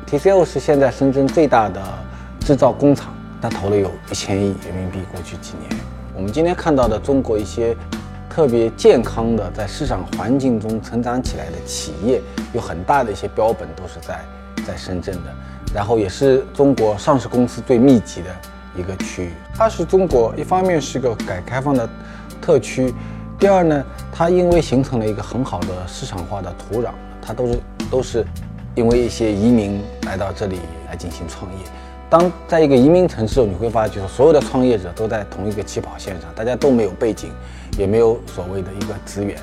TCL 是现在深圳最大的制造工厂，它投了有1000亿人民币。过去几年，我们今天看到的中国一些特别健康的在市场环境中成长起来的企业，有很大的一些标本都是在深圳的，然后也是中国上市公司最密集的一个区域。它是中国一方面是个改革开放的特区，第二呢，它因为形成了一个很好的市场化的土壤，它都是因为一些移民来到这里来进行创业。当在一个移民城市，你会发觉所有的创业者都在同一个起跑线上，大家都没有背景，也没有所谓的一个资源。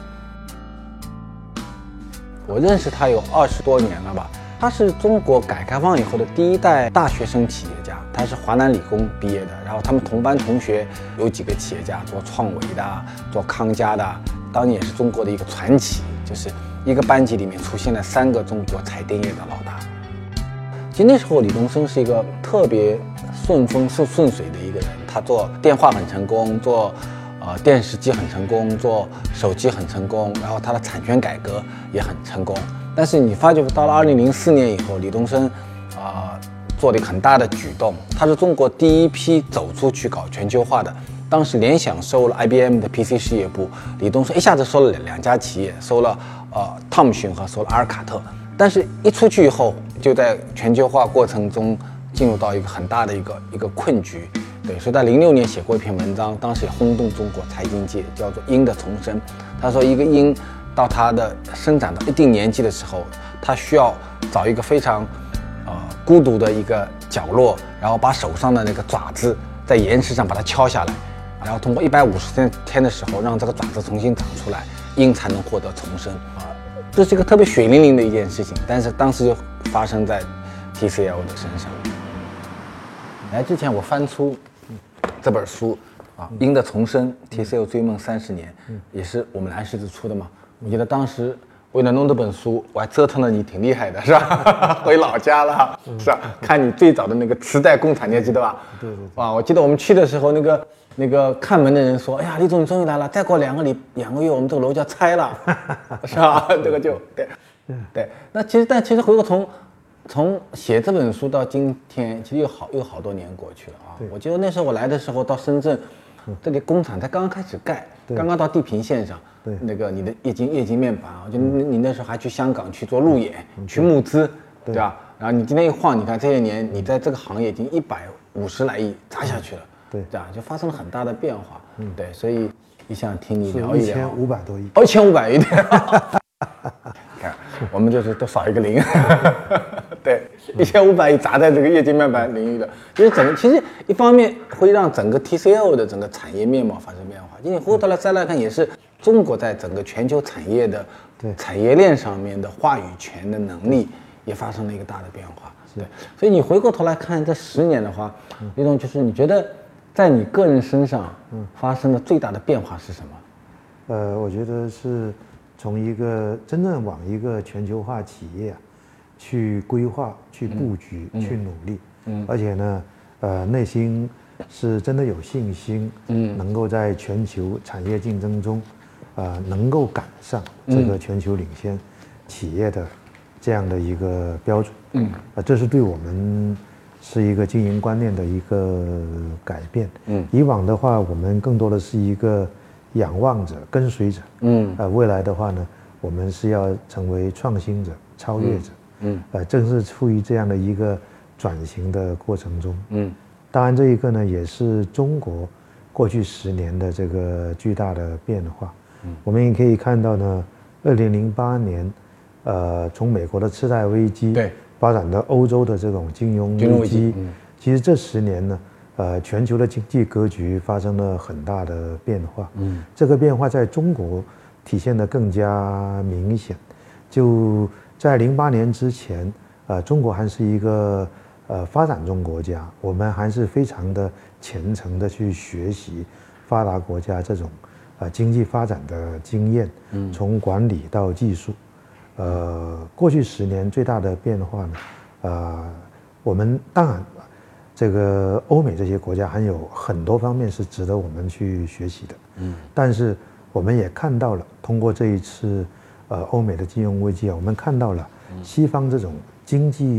我认识他有20多年了吧，他是中国改革开放以后的第一代大学生企业家，他是华南理工毕业的，然后他们同班同学有几个企业家，做创维的，做康佳的，当年也是中国的一个传奇，就是一个班级里面出现了3个中国彩电业的老大。其实那时候李东生是一个特别顺风顺水的一个人，他做电话很成功，做电视机很成功，做手机很成功，然后他的产权改革也很成功。但是你发觉到了2004年以后，李东生做了一个很大的举动，他是中国第一批走出去搞全球化的。当时联想收了 IBM 的 PC 事业部，李东生一下子收了2家企业，收了汤姆逊和收了阿尔卡特。但是一出去以后，就在全球化过程中进入到一个很大的一个困局。对，所以他06年写过一篇文章，当时也轰动中国财经界，叫做《鹰的重生》。他说，一个鹰到它的生长到一定年纪的时候，它需要找一个非常孤独的一个角落，然后把手上的那个爪子在岩石上把它敲下来，然后通过150天的时候，让这个爪子重新长出来，鹰才能获得重生。这是一个特别血淋淋的一件事情，但是当时就发生在 TCL 的身上。来之前我翻出这本书《鹰的重生》，TCL 追梦30年，也是我们蓝狮子出的嘛。我记得当时为了弄这本书，我还折腾了你挺厉害的，是吧？回老家了，是吧？看你最早的那个磁带工厂，你还记得吧？对。我记得我们去的时候，那个看门的人说：“哎呀，李总你终于来了，再过2个月，我们这个楼就要拆了，是吧？”这个就对。那其实回过从写这本书到今天，其实有好多年过去了啊。我记得那时候我来的时候到深圳，这里工厂才刚刚开始盖，刚刚到地平线上。对，那个你的液晶面板，我觉得你那时候还去香港去做路演，去募资，对吧？然后你今天一晃，你看这些年你在这个行业已经150来亿砸下去了，对，这样就发生了很大的变化。对，所以也想听你聊一聊。 1500多亿 ，1500亿，看我们就是都少一个零，对，1500亿砸在这个液晶面板领域的，其实一方面会让整个 TCL 的整个产业面貌发生变化，因为回过头来再来看，也是中国在整个全球产业的产业链上面的话语权的能力也发生了一个大的变化。对，所以你回过头来看这10年的话，李总，就是你觉得在你个人身上发生的最大的变化是什么？ 我觉得是从一个真正往一个全球化企业去规划、去布局、去努力，而且呢，内心是真的有信心，能够在全球产业竞争中，能够赶上这个全球领先企业的这样的一个标准，这是对我们是一个经营观念的一个改变。以往的话，我们更多的是一个仰望者、跟随者，未来的话呢，我们是要成为创新者、超越者，正是处于这样的一个转型的过程中，当然这一个呢，也是中国过去10年的这个巨大的变化。我们也可以看到呢，2008年，从美国的次贷危机发展到欧洲的这种金融危机，其实这10年呢，全球的经济格局发生了很大的变化。这个变化在中国体现得更加明显。就在08年之前，中国还是一个发展中国家，我们还是非常的虔诚的去学习发达国家这种经济发展的经验，从管理到技术。过去10年最大的变化呢，我们当然这个欧美这些国家还有很多方面是值得我们去学习的，但是我们也看到了，通过这一次欧美的金融危机我们看到了西方这种经济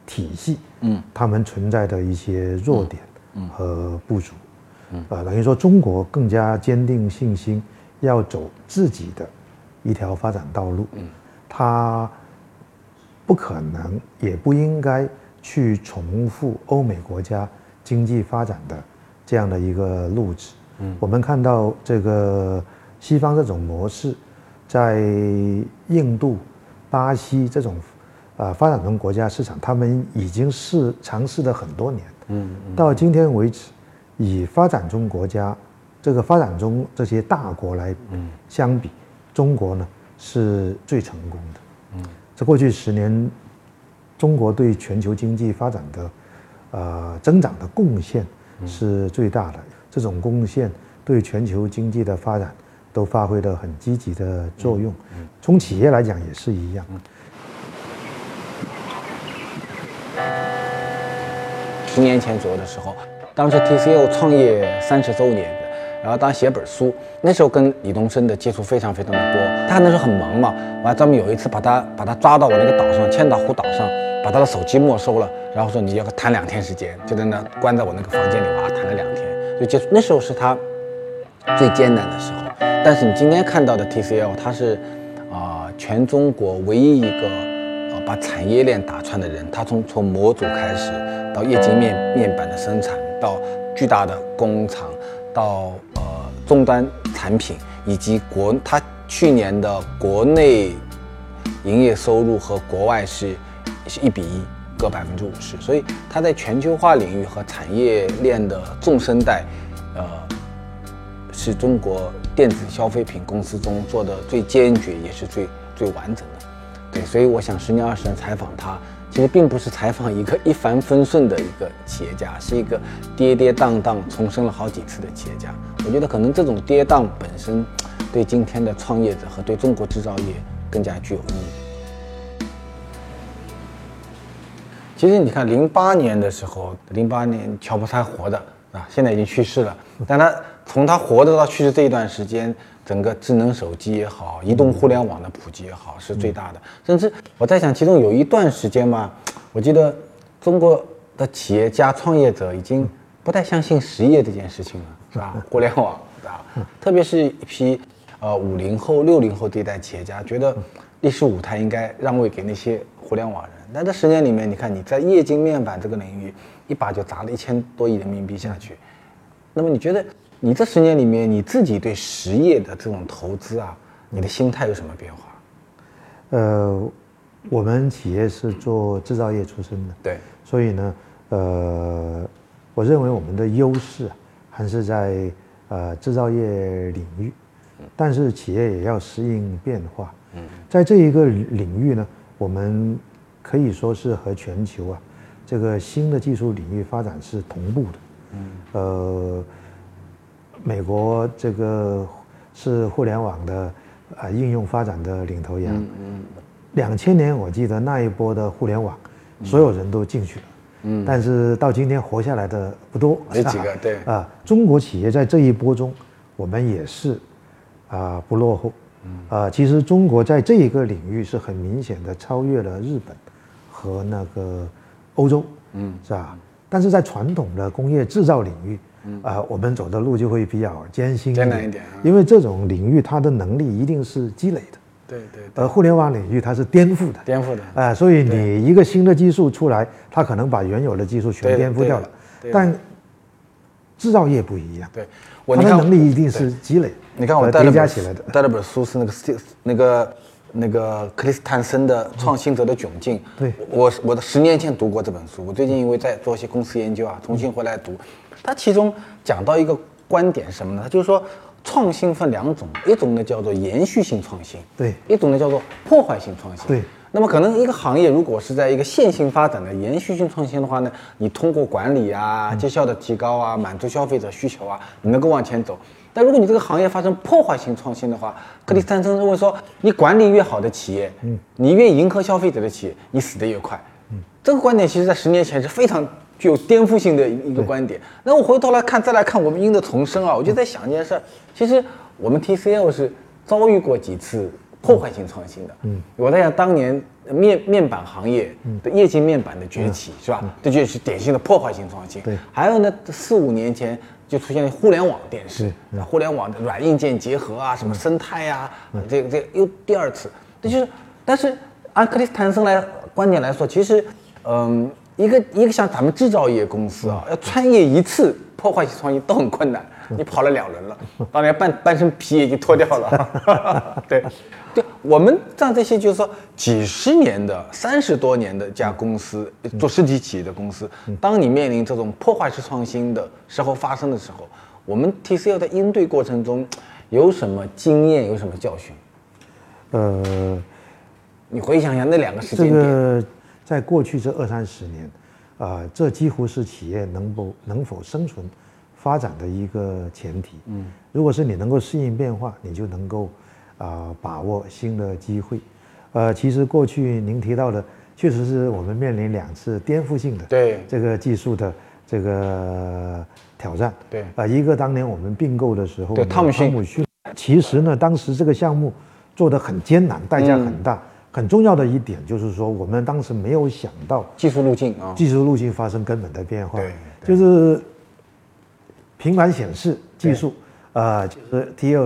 体系，他们存在的一些弱点和不足，等于说中国更加坚定信心，要走自己的一条发展道路，它不可能也不应该去重复欧美国家经济发展的这样的一个路子。我们看到这个西方这种模式，在印度、巴西这种发展中国家市场，他们已经是尝试了很多年。到今天为止，以发展中国家这个发展中这些大国来相比，中国呢是最成功的。这过去10年，中国对全球经济发展的增长的贡献是最大的。这种贡献对全球经济的发展都发挥了很积极的作用。从企业来讲也是一样。 10年前左右的时候，当时 TCL 创业30周年的，然后当时写本书，那时候跟李东生的接触非常非常的多。他那时候很忙嘛，我还专门有一次把他抓到我那个岛上，千岛湖岛上，把他的手机没收了，然后说你要谈2天时间，就在那关在我那个房间里，哇，谈了2天。就接触，那时候是他最艰难的时候。但是你今天看到的 TCL， 它是全中国唯一一个把产业链打穿的人。他从模组开始，到液晶面板的生产，到巨大的工厂，到终端产品，以及他去年的国内营业收入和国外是1比1。各50%，所以它在全球化领域和产业链的纵深带，是中国电子消费品公司中做的最坚决，也是最完整的。对，所以我想10年20年采访他，其实并不是采访一个一帆风顺的一个企业家，是一个跌跌宕宕重生了好几次的企业家。我觉得可能这种跌宕本身，对今天的创业者和对中国制造业更加具有意义。其实你看，08年的时候，08年乔布斯还活着啊，现在已经去世了。但他从他活着到去世这一段时间，整个智能手机也好，移动互联网的普及也好，是最大的。甚至我在想，其中有一段时间嘛，我记得中国的企业家创业者已经不太相信实业这件事情了，是吧？互联网，是吧？特别是一批50后、60后这一代企业家，觉得历史舞台应该让位给那些互联网人。但这10年里面，你看你在液晶面板这个领域，一把就砸了1000多亿人民币下去。那么你觉得你这10年里面，你自己对实业的这种投资啊，你的心态有什么变化？ 我们企业是做制造业出身的， 对， 所以呢，我认为我们的优势还是在制造业领域，但是企业也要适应变化。在这一个领域呢，我们可以说是和全球这个新的技术领域发展是同步的。美国这个是互联网的应用发展的领头羊。2000年我记得那一波的互联网，所有人都进去了。但是到今天活下来的不多， 没几个。对中国企业在这一波中，我们也是不落后。其实中国在这一个领域是很明显的超越了日本和那个欧洲，是吧？但是在传统的工业制造领域，我们走的路就会比较艰难一点，因为这种领域它的能力一定是积累的。 对。 而互联网领域它是颠覆的，所以你一个新的技术出来，它可能把原有的技术全颠覆掉了。但制造业不一样， 对， 它的能力一定是积累。 你看我带了本书是那个克里斯坦森的《创新者的窘境》。 对， 我的10年前读过这本书，我最近因为在做一些公司研究重新回来读。它其中讲到一个观点是什么呢？就是说创新分2种，一种呢叫做延续性创新， 对； 一种呢叫做破坏性创新， 对。 那么可能一个行业如果是在一个线性发展的延续性创新的话呢，你通过管理绩效的提高满足消费者需求你能够往前走。但如果你这个行业发生破坏性创新的话，克里斯坦森认为说，你管理越好的企业，你越迎合消费者的企业，你死得越快。这个观点其实在10年前是非常具有颠覆性的一个观点。那我回头再来看我们鹰的重生我就在想一件事，其实我们 TCL 是遭遇过几次破坏性创新的。我在想当年面板行业的液晶面板的崛起，是吧？这就是典型的破坏性创新。 对， 还有呢，4、5年前就出现互联网电视，互联网的软硬件结合啊，什么生态啊，这个又第二次。这就是，但是按克里斯坦森观点来说，其实，一个像咱们制造业公司啊，要穿越一次破坏性创新都很困难。你跑了2轮了，当然半身皮已经脱掉了。对，我们像这些就是说几十年的、30多年的家公司，做实体企业的公司，当你面临这种破坏式创新的时候发生的时候，我们 TCL 在应对过程中有什么经验，有什么教训？你回想一下那2个时间点。 这个在过去这20-30年，这几乎是企业能否生存发展的一个前提。如果是你能够适应变化，你就能够把握新的机会。其实过去您提到的，确实是我们面临2次颠覆性的这个技术的这个挑战。 对， 一个当年我们并购的时候， 对汤姆逊， 其实呢，当时这个项目做得很艰难，代价很大。很重要的一点就是说，我们当时没有想到技术路径发生根本的变化。 对， 就是平板显示技术，就是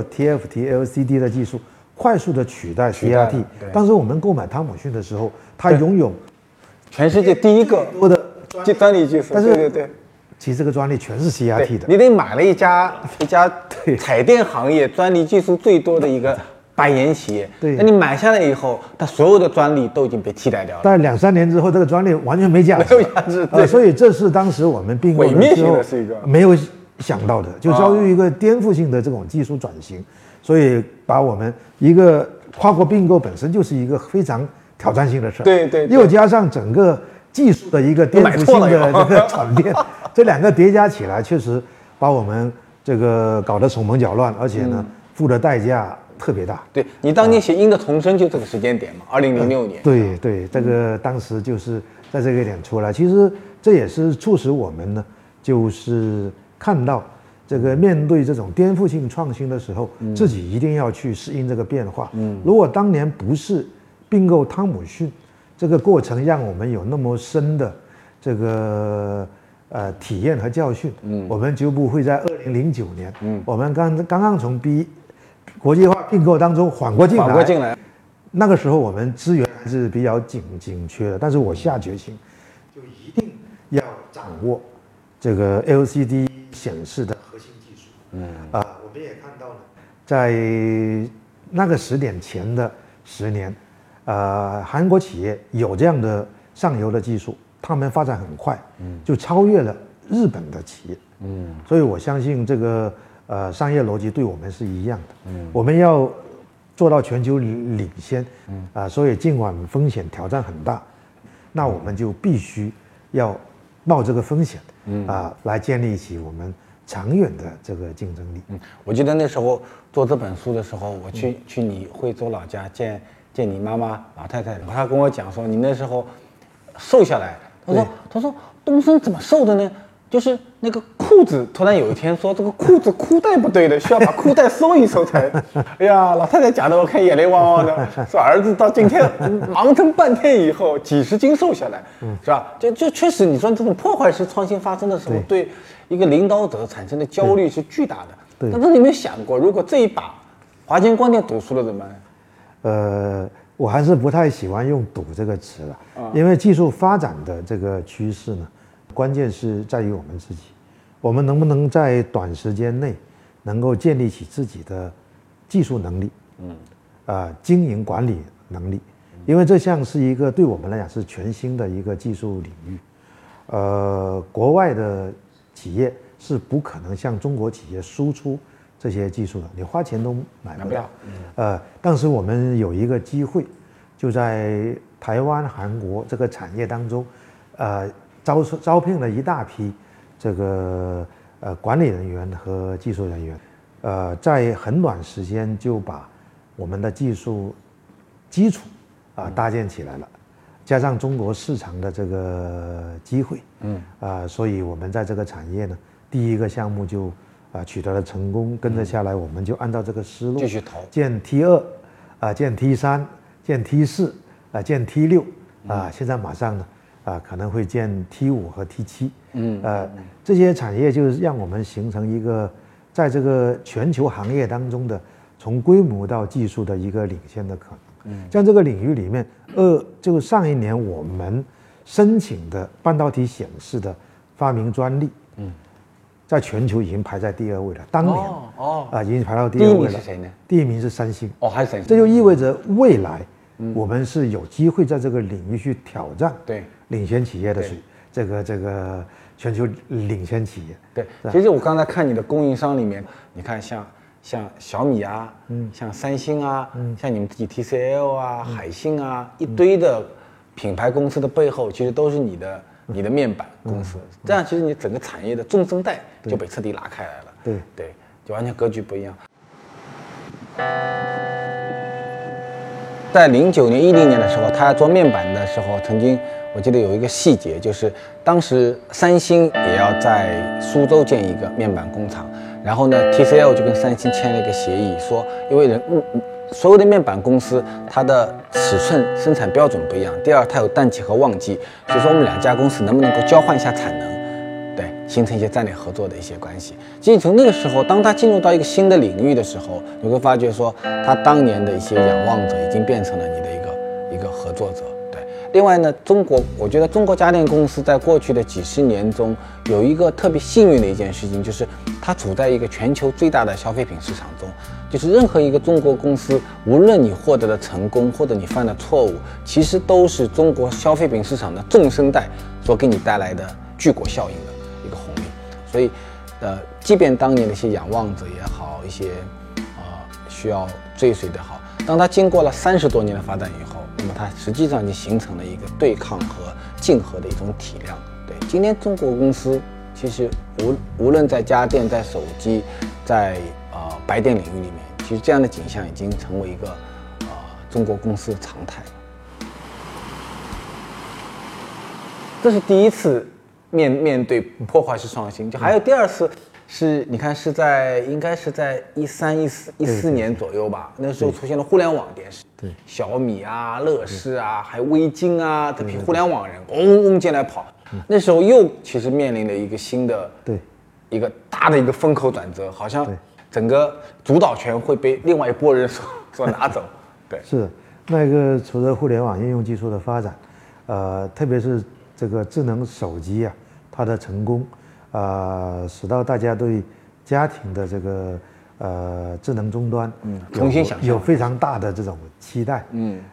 TFT LCD 的技术，快速的取代 CRT。当时我们购买汤姆逊的时候，它拥有全世界第一个的专利技术。 但是对， 其实这个专利全是 CRT 的。 你得买了一家彩电行业专利技术最多的一个百年企业。 对， 那你买下来以后，它所有的专利都已经被替代掉了。 但2-3年之后，这个专利完全没价值。 没有价值。 所以这是当时我们并购的时候没有想到的，就遭遇一个颠覆性的这种技术转型，所以把我们一个跨国并购本身就是一个非常挑战性的事。 对， 又加上整个技术的一个颠覆性的这个转变，这2个叠加起来，确实把我们这个搞得手忙脚乱，而且呢，付的代价特别大。 对，你当年写《鹰的重生》就这个时间点嘛，2006年。 对，这个当时就是在这个点出来。其实这也是促使我们呢，就是看到这个面对这种颠覆性创新的时候，自己一定要去适应这个变化。如果当年不是并购汤姆逊这个过程，让我们有那么深的这个体验和教训，我们就不会在2009年，我们刚刚从国际化并购当中缓过劲来。那个时候我们资源还是比较紧缺的，但是我下决心，就一定要掌握这个 LCD 显示的核心技术。我们也看到了，在那个时点前的10年，韩国企业有这样的上游的技术，他们发展很快，就超越了日本的企业。所以我相信这个商业逻辑对我们是一样的。我们要做到全球领先，所以尽管风险挑战很大，那我们就必须要冒这个风险，来建立起我们长远的这个竞争力。 我记得那时候做这本书的时候，我去你惠州老家见你妈妈老太太，她跟我讲说你那时候瘦下来，她说东升怎么瘦的呢？就是那个裤子，突然有一天说这个裤子裤带不对的，需要把裤带收一收才。哎呀，老太太讲的我看眼泪汪汪的，说儿子到今天忙腾半天以后几十斤瘦下来，是吧？就确实你说这种破坏式创新发生的时候，对一个领导者产生的焦虑是巨大的。但是你有没有想过，如果这一把华晶光电赌输了怎么办？ 我还是不太喜欢用赌这个词了，因为技术发展的这个趋势呢，关键是在于我们自己，我们能不能在短时间内能够建立起自己的技术能力，经营管理能力，因为这项是一个对我们来讲是全新的一个技术领域，国外的企业是不可能向中国企业输出这些技术的，你花钱都买不到。当时我们有一个机会，就在台湾、韩国这个产业当中，招聘了一大批这个管理人员和技术人员，在很短时间就把我们的技术基础搭建起来了，加上中国市场的这个机会，所以我们在这个产业呢，第一个项目就取得了成功，跟着下来我们就按照这个思路继续投建 T2， 建 T3，建 T4，建 T6，现在马上呢，可能会建 T5和 T7。这些产业就是让我们形成一个在这个全球行业当中的从规模到技术的一个领先的可能。像这个领域里面，就是上一年我们申请的半导体显示的发明专利，在全球已经排在第2位了。当年已经排到第2位了。 第一名是谁呢？ 第1名是三星。 还是三星？ 这就意味着未来我们是有机会在这个领域去挑战领先企业的这个全球领先企业。 对，其实我刚才看你的供应商里面，你看像小米啊，像三星啊，像你们自己 TCL 啊、海信啊，一堆的品牌公司的背后，其实都是你的面板公司。这样其实你整个产业的中生代就被彻底拉开来了。对，就完全格局不一样。在09年、10年的时候，他做面板的时候，曾经我记得有一个细节，就是当时三星也要在苏州建一个面板工厂，然后呢 ，TCL 就跟三星签了一个协议，说因为所有的面板公司它的尺寸生产标准不一样，第二它有淡季和旺季，所以说我们2家公司能不能够交换一下产能？对，形成一些战略合作的一些关系。其实从那个时候，当他进入到一个新的领域的时候，你会发觉说，他当年的一些仰望者已经变成了你的一个合作者。对，另外呢，我觉得中国家电公司在过去的几十年中有一个特别幸运的一件事情，就是它处在一个全球最大的消费品市场中。就是任何一个中国公司，无论你获得的成功或者你犯的错误，其实都是中国消费品市场的中生代所给你带来的巨果效应的一个红利。所以即便当年的一些仰望者也好，一些需要追随的好，当它经过了30多年的发展以后，那么它实际上就形成了一个对抗和竞合的一种体量。对，今天中国公司其实无论在家电、在手机、在白电领域里面，其实这样的景象已经成为一个中国公司的常态。这是第一次面对破坏式创新，就还有第2次是，你看应该是在13、14年左右吧，那时候出现了互联网电视， 对， 小米啊、乐视啊，还有微鲸啊这批互联网人嗡嗡进来跑，那时候又其实面临了一个新的一个大的一个风口转折，好像整个主导权会被另外一拨人所拿走。对， 是那个随着互联网应用技术的发展，特别是这个智能手机啊，它的成功，使到大家对家庭的这个智能终端， 重新想象， 有非常大的这种期待。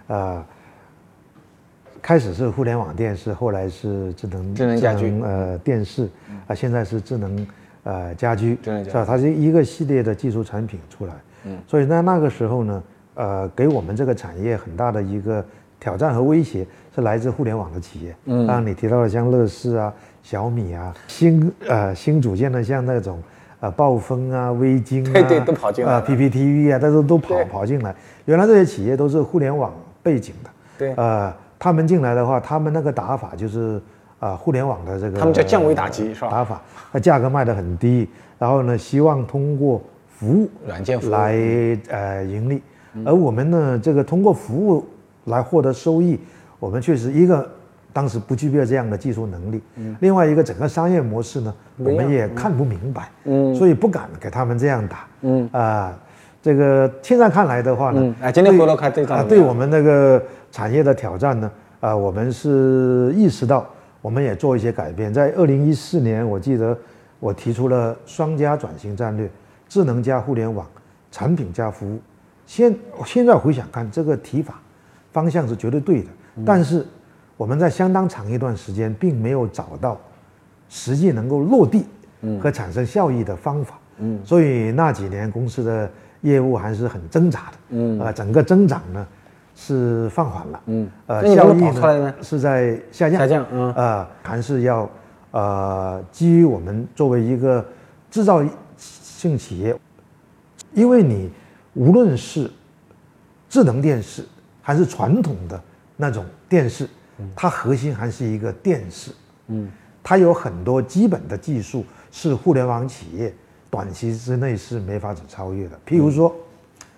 开始是互联网电视，后来是智能家居， 电视，现在是智能家居，是吧？它是一个系列的技术产品出来。所以那个时候呢，给我们这个产业很大的一个挑战和威胁是来自互联网的企业。当然你提到的像乐视啊、小米啊，新组建的像那种暴风啊、微鲸啊， 对都跑进来 ，PPTV 啊，都跑进来。原来这些企业都是互联网背景的。 对， 他们进来的话，他们那个打法就是互联网的这个， 他们叫降维打击是吧？ 打法，价格卖得很低，然后呢，希望通过服务、 软件服务来盈利。而我们呢，这个通过服务来获得收益，我们确实一个当时不具备这样的技术能力，另外一个整个商业模式呢，我们也看不明白，所以不敢给他们这样打。这个现在看来的话呢， 今天回头看这张， 对我们那个产业的挑战呢，我们是意识到，我们也做一些改变。在2014年，我记得我提出了双加转型战略，智能加互联网，产品加服务。现在回想看，这个提法方向是绝对对的，但是我们在相当长一段时间并没有找到实际能够落地和产生效益的方法。所以那几年公司的业务还是很挣扎的。整个增长呢是放缓了。效益呢是在下降。还是要基于我们作为一个制造性企业，因为你无论是智能电视还是传统的那种电视，它核心还是一个电视。它有很多基本的技术是互联网企业短期之内是没法子超越的。譬如说，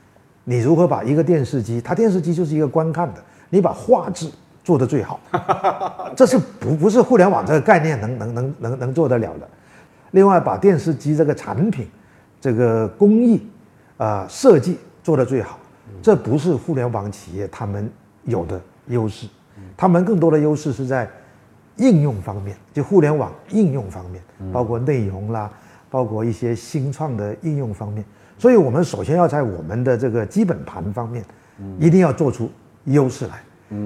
你如何把一个电视机，它电视机就是一个观看的，你把画质做得最好，这是不是互联网这个概念能做得了的。另外，把电视机这个产品、这个工艺设计做得最好，这不是互联网企业他们有的优势，他们更多的优势是在应用方面，就互联网应用方面，包括内容啦，包括一些新创的应用方面。所以我们首先要在我们的这个基本盘方面，一定要做出优势来。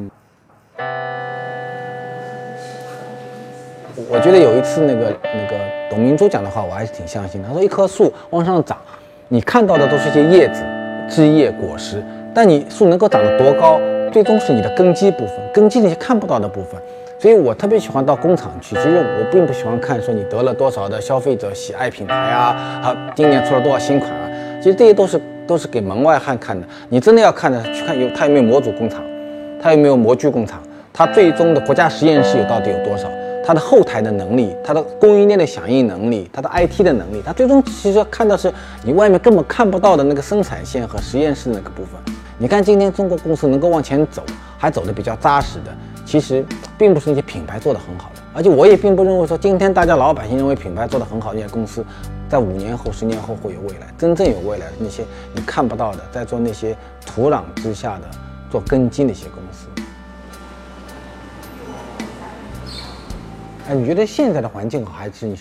我觉得有一次那个董明珠讲的话，我还是挺相信的。他说，一棵树往上长，你看到的都是一些叶子、枝叶、果实，但你树能够长得多高，最终是你的根基部分，根基那些看不到的部分。所以我特别喜欢到工厂去，其实我并不喜欢看说你得了多少的消费者喜爱品牌今年出了多少新款啊，其实这些都是给门外汉看的。你真的要看的，去看它有没有模组工厂，它有没有模具工厂，它最终的国家实验室到底有多少，它的后台的能力，它的供应链的响应能力，它的 IT 的能力，它最终其实看到是你外面根本看不到的那个生产线和实验室那个部分。你看今天中国公司能够往前走，还走得比较扎实的，其实并不是那些品牌做得很好的。而且我也并不认为说今天大家老百姓认为品牌做得很好那些公司，在5年后、10年后会有未来。真正有未来的那些你看不到的，在做那些土壤之下的做根基那些公司。你觉得现在的环境好，还是你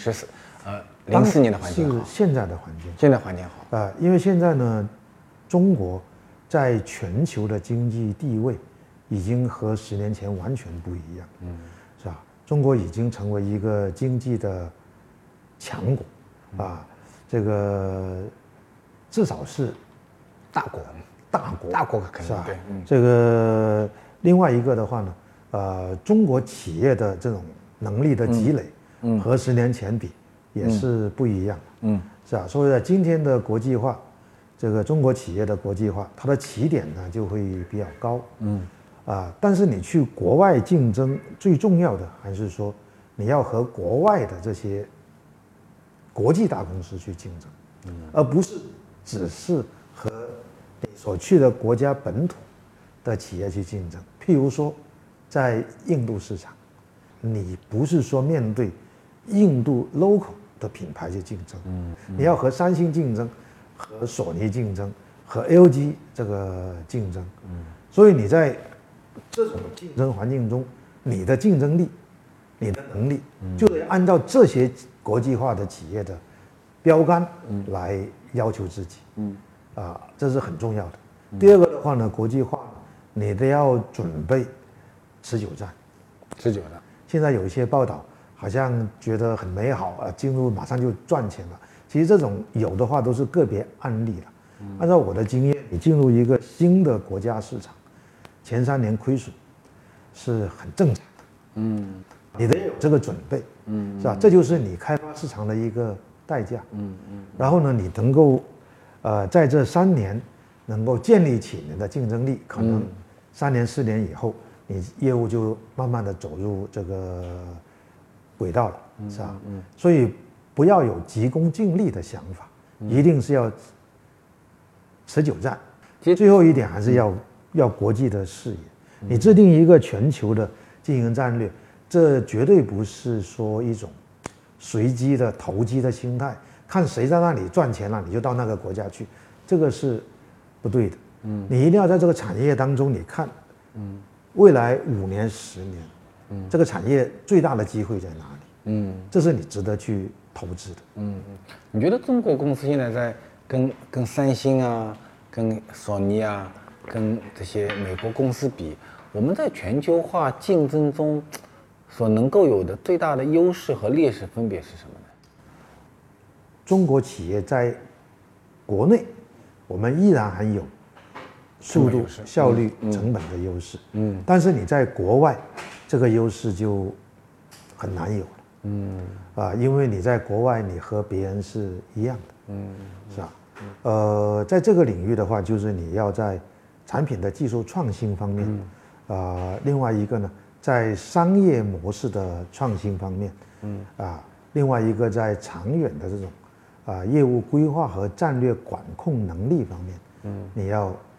04年的环境好？ 是现在的环境， 现在环境好因为现在呢，中国在全球的经济地位已经和10年前完全不一样，是吧？中国已经成为一个经济的强国，这个至少是大国肯定是吧？ 对， 这个另外一个的话呢，中国企业的这种能力的积累，和10年前比也是不一样的，是吧？所以在今天的国际化，这个中国企业的国际化，它的起点呢就会比较高，但是你去国外竞争，最重要的还是说你要和国外的这些国际大公司去竞争，而不是只是和你所去的国家本土的企业去竞争。譬如说，在印度市场，你不是说面对印度 local 的品牌去竞争，你要和三星竞争，和索尼竞争，和 LG 这个竞争，所以你在这种竞争环境中，你的竞争力、你的能力，就得按照这些国际化的企业的标杆来要求自己，这是很重要的。第二个的话呢，国际化你得要准备持久战。现在有一些报道，好像觉得很美好进入马上就赚钱了。其实这种有的话都是个别案例了。按照我的经验，你进入一个新的国家市场，前3年亏损是很正常的。你得有这个准备，是吧？这就是你开发市场的一个代价。然后呢，你能够在这3年能够建立起你的竞争力，可能3年4年以后，你业务就慢慢的走入这个轨道了，是吧？所以不要有急功近利的想法，一定是要持久战。其实最后一点还是要国际的视野。你制定一个全球的经营战略，这绝对不是说一种随机的投机的心态，看谁在那里赚钱了，你就到那个国家去，这个是不对的。你一定要在这个产业当中，你看，未来5年、10年，这个产业最大的机会在哪里？这是你值得去投资的。 你觉得中国公司现在在跟三星啊、跟索尼啊、跟这些美国公司比，我们在全球化竞争中所能够有的最大的优势和劣势分别是什么呢？ 中国企业在国内，我们依然还有速度、效率、成本的优势。但是你在国外，这个优势就很难有了。因为你在国外，你和别人是一样的，是吧？在这个领域的话，就是你要在产品的技术创新方面，另外一个呢，在商业模式的创新方面，另外一个在长远的这种业务规划和战略管控能力方面，你要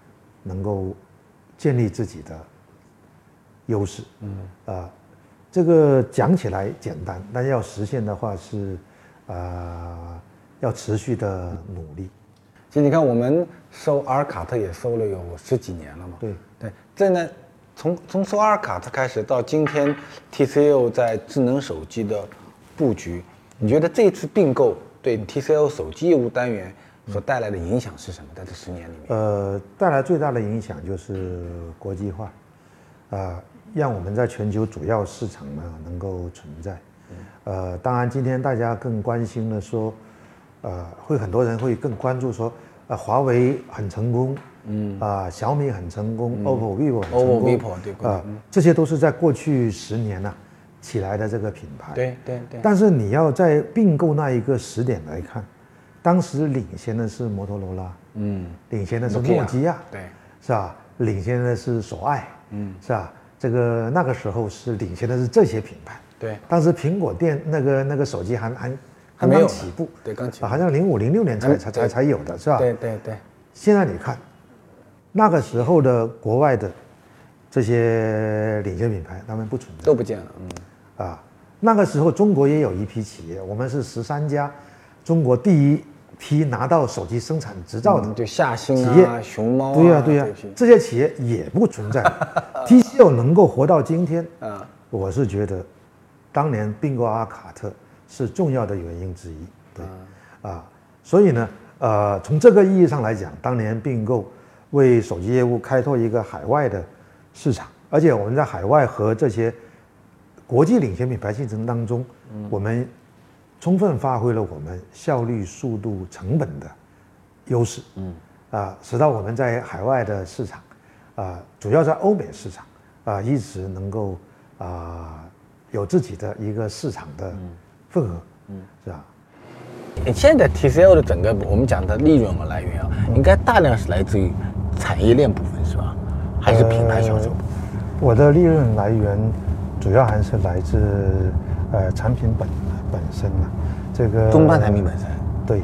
能够建立自己的优势。这个讲起来简单，但要实现的话是要持续的努力。 其实你看，我们收阿尔卡特也收了有10几年了嘛。 对， 这呢，从收阿尔卡特开始到今天 TCL 在智能手机的布局，你觉得这次并购对 TCL 手机业务单元所带来的影响是什么？在这10年里面， 带来最大的影响就是国际化，让我们在全球主要市场呢能够存在。当然，今天大家更关心的说，会很多人会更关注说，华为很成功，小米很成功，OPPO、vivo 很成功 ，OPPO、vivo 对， 这些都是在过去10年呢起来的这个品牌。 对。 但是你要在并购那一个时点来看，当时领先的是摩托罗拉，领先的是诺基亚， 对， 是吧？领先的是索爱，是吧？这个那个时候是领先的是这些品牌。 对， 当时苹果电那个手机还没有刚起步， 对，刚起步， 好像05、06年才有的是吧？ 对。 现在你看，那个时候的国外的这些领先品牌，他们不存在， 都不见了。 那个时候中国也有一批企业，我们是13家中国第一批拿到手机生产执照的， 就夏兴企业， 熊猫对呀，这些企业也不存在。TCL 能够活到今天，我是觉得，当年并购阿尔卡特是重要的原因之一。对，所以呢，从这个意义上来讲，当年并购为手机业务开拓一个海外的市场，而且我们在海外和这些国际领先品牌竞争当中，我们充分发挥了我们效率、速度、成本的优势，使到我们在海外的市场，主要在欧美市场，一直能够有自己的一个市场的份额，是吧？ 现在 TCL 的整个我们讲的利润来源应该大量是来自于产业链部分，是吧？还是品牌销售？ 我的利润来源主要还是来自产品本身呢，这个终端产品本身。 对，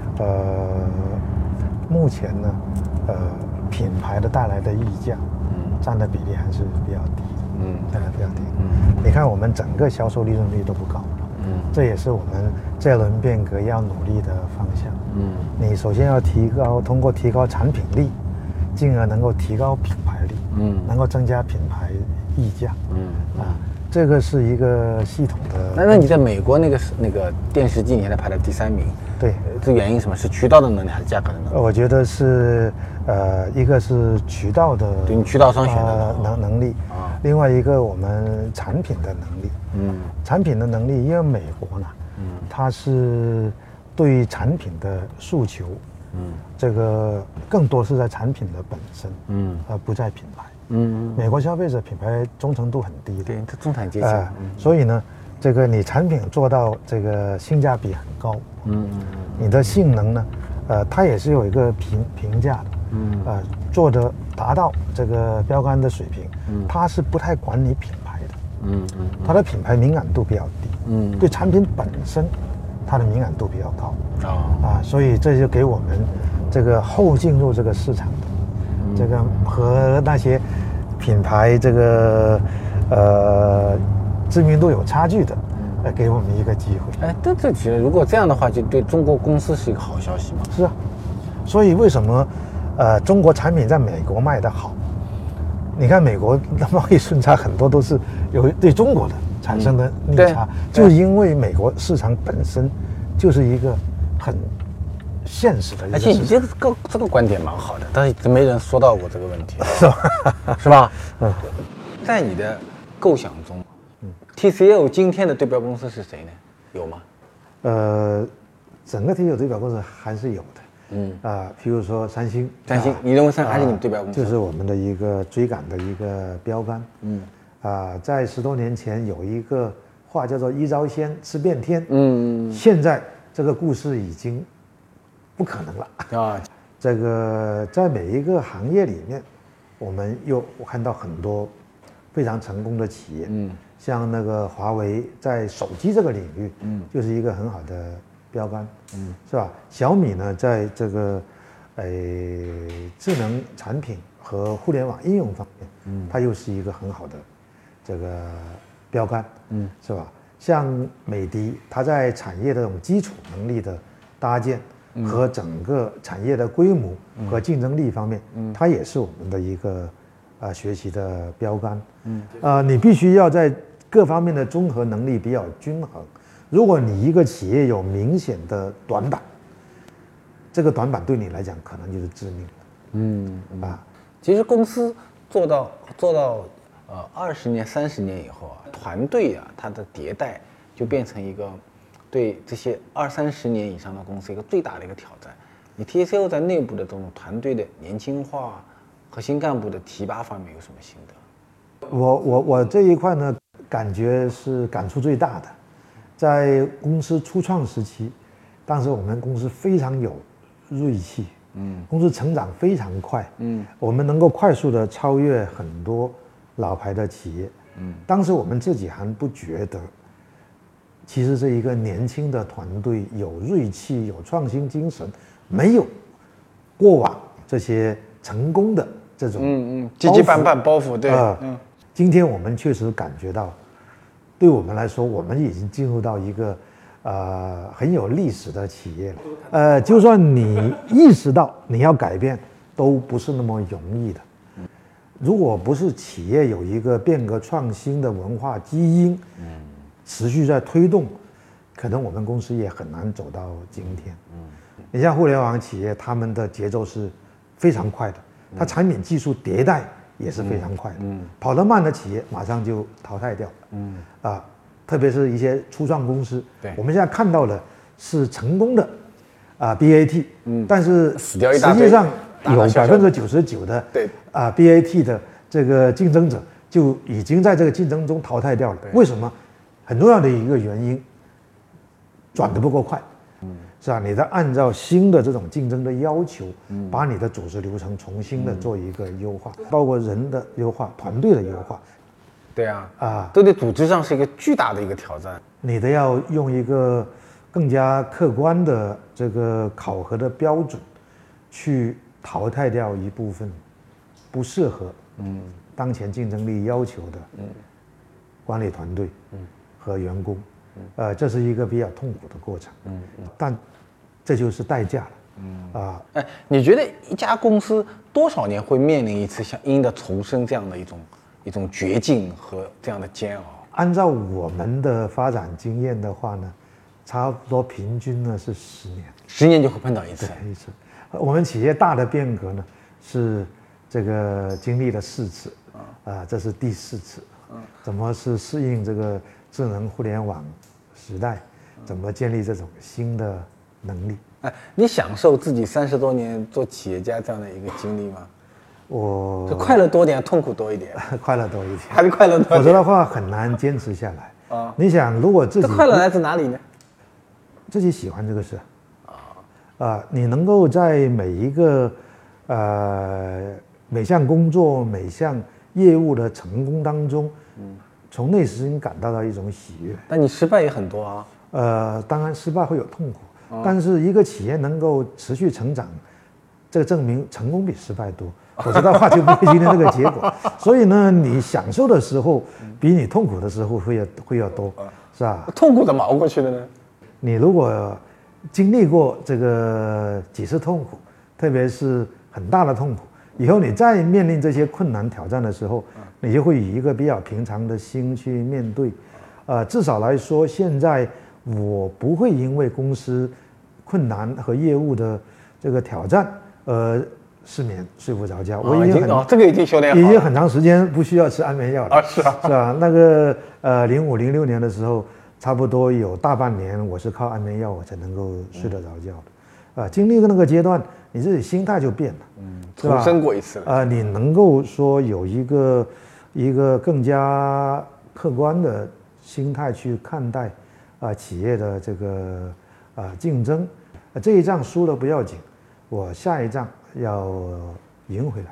目前呢，品牌的带来的溢价，占的比例还是比较低的，占的比较低。你看我们整个销售利润率都不高，这也是我们这轮变革要努力的方向。你首先要通过提高产品力，进而能够提高品牌力，能够增加品牌溢价，这个是一个系统的。 那你在美国那个电视机，你现在排在第3名， 对， 这原因什么？是渠道的能力还是价格的能力？ 我觉得是一个是渠道的， 对，你渠道商选的能力，另外一个我们产品的能力，产品的能力，因为美国呢，它是对产品的诉求，这个更多是在产品的本身，而不在品牌。美国消费者品牌忠诚度很低的， 对，它中产阶级， 所以呢，这个你产品做到这个性价比很高，你的性能呢，它也是有一个评价的，做的达到这个标杆的水平，它是不太管你品牌的，它的品牌敏感度比较低，对产品本身，它的敏感度比较高，所以这就给我们这个后进入这个市场的这个和那些品牌这个知名度有差距的，给我们一个机会。 但这其实如果这样的话，就对中国公司是一个好消息嘛？ 是啊，所以为什么中国产品在美国卖得好？你看美国的贸易顺差很多都是有对中国的产生的逆差，就是因为美国市场本身就是一个很现实的一个市场。 而且你这个观点蛮好的，但是没人说到过这个问题，是吧？是吧？在你的构想中，TCL 今天的对标公司是谁呢？有吗？ 整个 TCL 对标公司还是有的，譬如说三星， 你认为三星还是你们对标公司？ 就是我们的一个追赶的一个标杆，在10多年前有一个话叫做一招鲜吃遍天，现在这个故事已经不可能了这个在每一个行业里面，我看到很多非常成功的企业，像那个华为在手机这个领域，就是一个很好的标杆，是吧？小米呢，在这个智能产品和互联网应用方面，它又是一个很好的这个标杆，是吧？像美的，它在产业的这种基础能力的搭建和整个产业的规模和竞争力方面，它也是我们的一个学习的标杆。你必须要在各方面的综合能力比较均衡。如果你一个企业有明显的短板，这个短板对你来讲可能就是致命的。 其实公司做到20年、30年以后啊，团队啊，它的迭代就变成一个对这些20-30年以上的公司一个最大的一个挑战。你 TCL 在内部的这种团队的年轻化、核心干部的提拔方面有什么心得？ 我这一块呢，感觉是感触最大的。在公司初创时期，当时我们公司非常有锐气，公司成长非常快，我们能够快速的超越很多老牌的企业，当时我们自己还不觉得，其实这一个年轻的团队有锐气、有创新精神，没有过往这些成功的这种积极板板包袱，对， 今天我们确实感觉到，对我们来说，我们已经进入到一个很有历史的企业了。就算你意识到你要改变，都不是那么容易的。如果不是企业有一个变革创新的文化基因，持续在推动，可能我们公司也很难走到今天。你像互联网企业，他们的节奏是非常快的，它产品技术迭代也是非常快的。跑得慢的企业马上就淘汰掉。特别是一些初创公司，我们现在看到的是成功的BAT，但是实际上有99%的BAT 的这个竞争者就已经在这个竞争中淘汰掉了。为什么？很重要的一个原因，转得不够快，是吧？你在按照新的这种竞争的要求，把你的组织流程重新的做一个优化，包括人的优化、团队的优化。 对都对组织上是一个巨大的一个挑战。 你得要用一个更加客观的这个考核的标准，去淘汰掉一部分不适合当前竞争力要求的管理团队和员工。这是一个比较痛苦的过程。但这就是代价了。 你觉得一家公司多少年会面临一次像因的重生这样的一种绝境和这样的煎熬？ 按照我们的发展经验的话呢，差不多平均呢是10年 ，10年就会碰到一次。 我们企业大的变革呢是这个经历了4次，这是第4次。怎么是适应这个智能互联网时代？怎么建立这种新的能力？ 你享受自己30多年做企业家这样的一个经历吗？ 我快乐多点，痛苦多一点。 快乐多一点， 还是快乐多一点。 否则的话很难坚持下来。你想，如果自己这快乐来自哪里呢？ 自己喜欢这个事。你能够在每项工作、每项业务的成功当中，从内心感到一种喜悦。 但你失败也很多啊。 当然失败会有痛苦，但是一个企业能够持续成长，这个证明成功比失败多，否则的话就不会今天这个结果。所以呢，你享受的时候比你痛苦的时候会要多，是吧？ 痛苦怎么熬过去的呢？ 你如果经历过这个几次痛苦，特别是很大的痛苦，以后你再面临这些困难挑战的时候，你就会以一个比较平常的心去面对。至少来说，现在我不会因为公司困难和业务的这个挑战失眠睡不着觉。我已经这个已经修炼好了， 已经很长时间不需要吃安眠药了。 是吧？ 是吧？那个05、06年的时候，差不多有大半年我是靠安眠药我才能够睡得着觉的。经历那个阶段，你自己心态就变了， 重生过一次了。 你能够说有一个更加客观的心态去看待企业的这个竞争。这一仗输了不要紧，我下一仗要赢回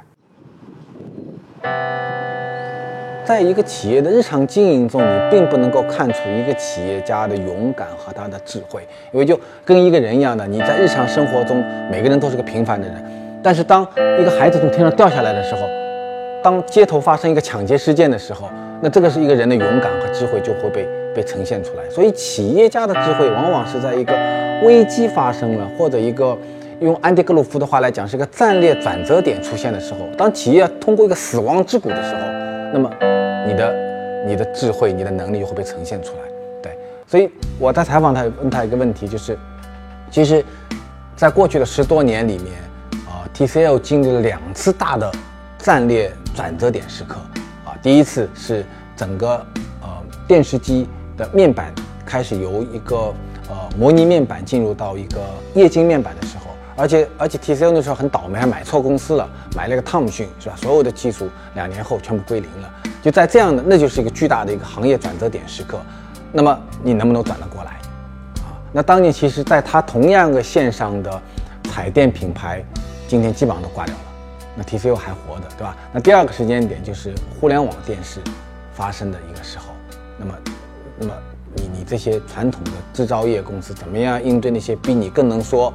来。 在一个企业的日常经营中，你并不能够看出一个企业家的勇敢和他的智慧，因为就跟一个人一样的，你在日常生活中，每个人都是个平凡的人， 但是当一个孩子从天上掉下来的时候，当街头发生一个抢劫事件的时候，那这个是一个人的勇敢和智慧就会被呈现出来。所以企业家的智慧往往是在一个危机发生了，或者一个用安迪格鲁夫的话来讲是一个战略转折点出现的时候，当企业通过一个死亡之谷的时候，那么你的智慧、你的能力就会被呈现出来。对，所以我在采访他问他一个问题，就是其实在过去的10多年里面TCL 经历了2次大的战略转折点时刻第一次是整个电视机的面板开始由一个模拟面板进入到一个液晶面板的时候，而且 TCL 那时候很倒霉，还买错公司了，买了一个汤姆逊，是吧？所有的技术2年后全部归零了。就在这样的，那就是一个巨大的一个行业转折点时刻。那么你能不能转得过来那当年其实在它同样个线上的彩电品牌今天基本上都挂掉了，那 TCL 还活的，对吧？那第二个时间点就是互联网电视发生的一个时候，那么你这些传统的制造业公司怎么样应对那些比你更能说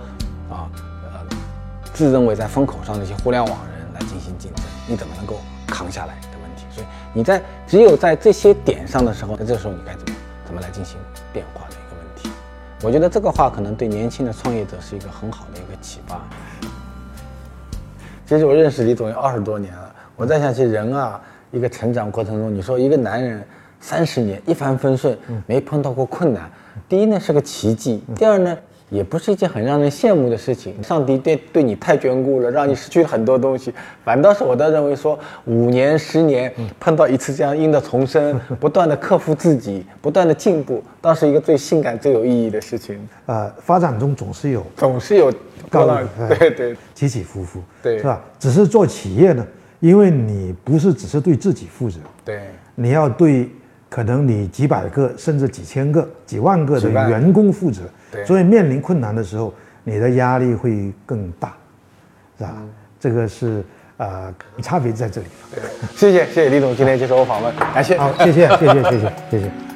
自认为在风口上的一些互联网人来进行竞争，你怎么能够扛下来的问题？所以你只有在这些点上的时候，那这时候你该怎么来进行变化的一个问题？我觉得这个话可能对年轻的创业者是一个很好的一个启发。其实我认识李总有20多年了，我在想起人一个成长过程中，你说一个男人30年一帆风顺，没碰到过困难，第一呢是个奇迹，第二呢也不是一件很让人羡慕的事情。上帝对你太眷顾了，让你失去了很多东西，反倒是我倒认为说5年10年碰到一次这样阴的重生，不断的克服自己，不断的进步，倒是一个最性感最有意义的事情。 发展中总是有高浪，对， 起起伏伏， 对， 是吧？只是做企业呢，因为你不是只是对自己负责， 对， 你要对可能你几百个甚至几千个、几万个的员工负责，所以面临困难的时候，你的压力会更大，是吧？这个是差别在这里。 谢谢李总今天接受我访问，感谢。 好，谢谢。